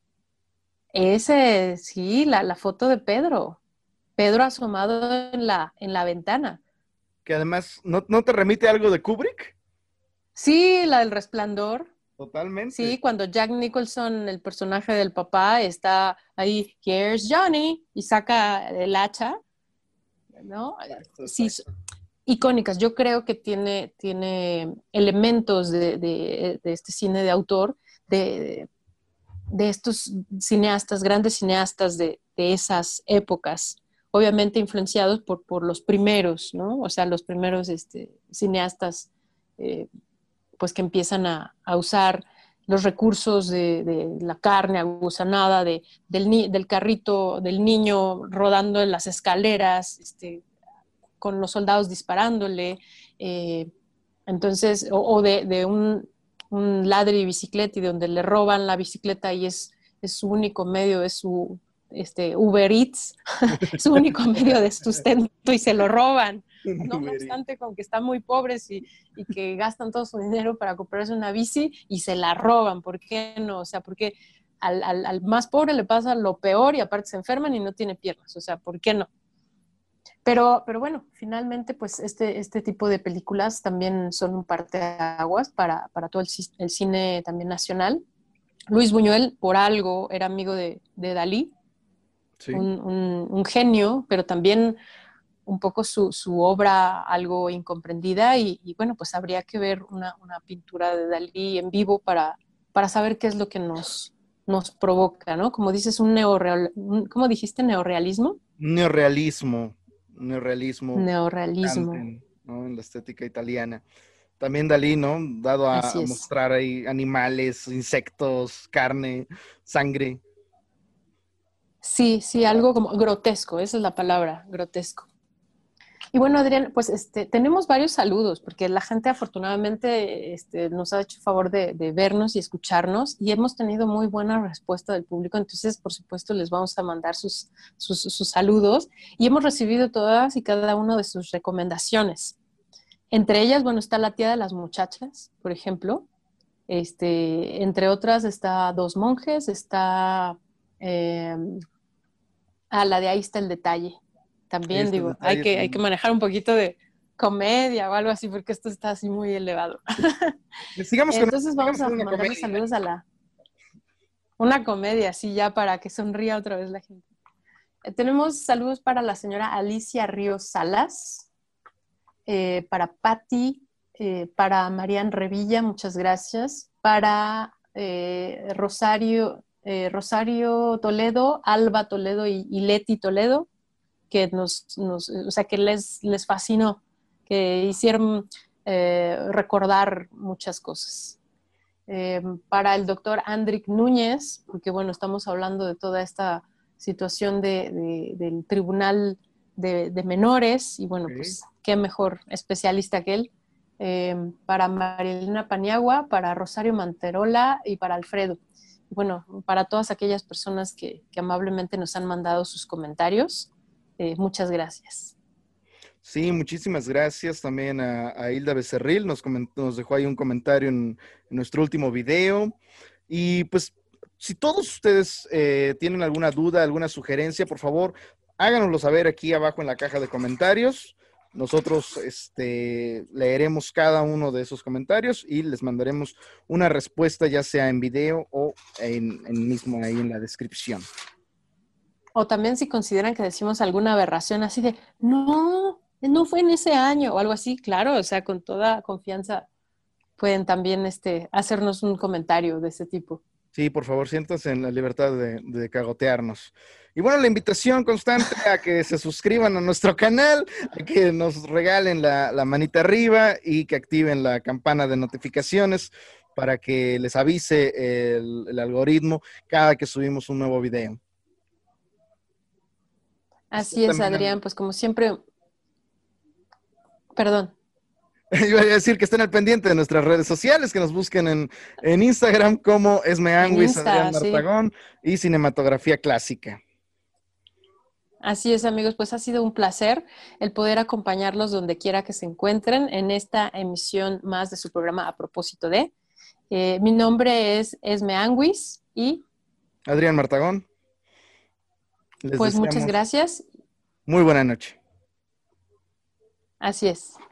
Sí, la foto de Pedro asomado en la ventana. Que además, ¿no te remite algo de Kubrick? Sí, la del Resplandor. Totalmente. Sí, cuando Jack Nicholson, el personaje del papá, está ahí, here's Johnny, y saca el hacha, ¿no? Exacto. Sí, icónicas. Yo creo que tiene elementos de este cine de autor, de estos cineastas, grandes cineastas de esas épocas, obviamente influenciados por los primeros, ¿no? O sea, los primeros cineastas pues que empiezan a usar los recursos de la carne agusanada, del carrito del niño rodando en las escaleras, con los soldados disparándole, entonces, o de un ladri bicicleta y donde le roban la bicicleta y es su único medio, es su Uber Eats, su único medio de sustento y se lo roban. No obstante, con que están muy pobres y que gastan todo su dinero para comprarse una bici y se la roban. ¿Por qué no? O sea, porque al más pobre le pasa lo peor y aparte se enferman y no tiene piernas. O sea, ¿por qué no? Pero bueno, finalmente, pues este tipo de películas también son un parteaguas para todo el cine también nacional. Luis Buñuel, por algo, era amigo de Dalí, sí. un genio, pero también un poco su obra algo incomprendida y bueno, pues habría que ver una pintura de Dalí en vivo para saber qué es lo que nos provoca, ¿no? Como dices, ¿cómo dijiste? ¿Neorrealismo? Neorrealismo, ¿no? En la estética italiana. También Dalí, ¿no? Dado a mostrar ahí animales, insectos, carne, sangre. Sí, algo como grotesco, esa es la palabra, grotesco. Y bueno, Adrián, pues tenemos varios saludos, porque la gente afortunadamente nos ha hecho favor de vernos y escucharnos, y hemos tenido muy buena respuesta del público, entonces, por supuesto, les vamos a mandar sus saludos, y hemos recibido todas y cada una de sus recomendaciones. Entre ellas, bueno, está La tía de las muchachas, por ejemplo, entre otras está Dos monjes, está la de Ahí está el detalle. También digo, hay que manejar un poquito de comedia o algo así, porque esto está así muy elevado. Entonces vamos a mandarle saludos a una comedia, así ya para que sonría otra vez la gente. Tenemos saludos para la señora Alicia Ríos Salas, para Patti, para Marian Revilla, muchas gracias, para Rosario Toledo, Alba Toledo y Leti Toledo, que o sea, que les fascinó, que hicieron recordar muchas cosas. Para el doctor Andrick Núñez, porque bueno, estamos hablando de toda esta situación del Tribunal de Menores, y bueno, pues qué mejor especialista que él. Para Marilena Paniagua, para Rosario Manterola y para Alfredo. Bueno, para todas aquellas personas que amablemente nos han mandado sus comentarios. Muchas gracias. Sí, muchísimas gracias también a Hilda Becerril, nos dejó ahí un comentario en nuestro último video. Y pues, si todos ustedes tienen alguna duda, alguna sugerencia, por favor, háganoslo saber aquí abajo en la caja de comentarios. Nosotros leeremos cada uno de esos comentarios y les mandaremos una respuesta, ya sea en video o mismo ahí en la descripción. O también si consideran que decimos alguna aberración así de, no fue en ese año o algo así, claro, o sea, con toda confianza pueden también hacernos un comentario de ese tipo. Sí, por favor, siéntanse en la libertad de cagotearnos. Y bueno, la invitación constante a que se suscriban a nuestro canal, a que nos regalen la manita arriba y que activen la campana de notificaciones para que les avise el algoritmo cada que subimos un nuevo video. Así es, Adrián, pues como siempre, perdón. Iba a decir que estén al pendiente de nuestras redes sociales, que nos busquen en Instagram como Esmeanguis, Adrián Martagón y Cinematografía Clásica. Así es, amigos, pues ha sido un placer el poder acompañarlos donde quiera que se encuentren en esta emisión más de su programa A Propósito de. Mi nombre es Esmeanguis y Adrián Martagón. Pues muchas gracias. Muy buena noche. Así es.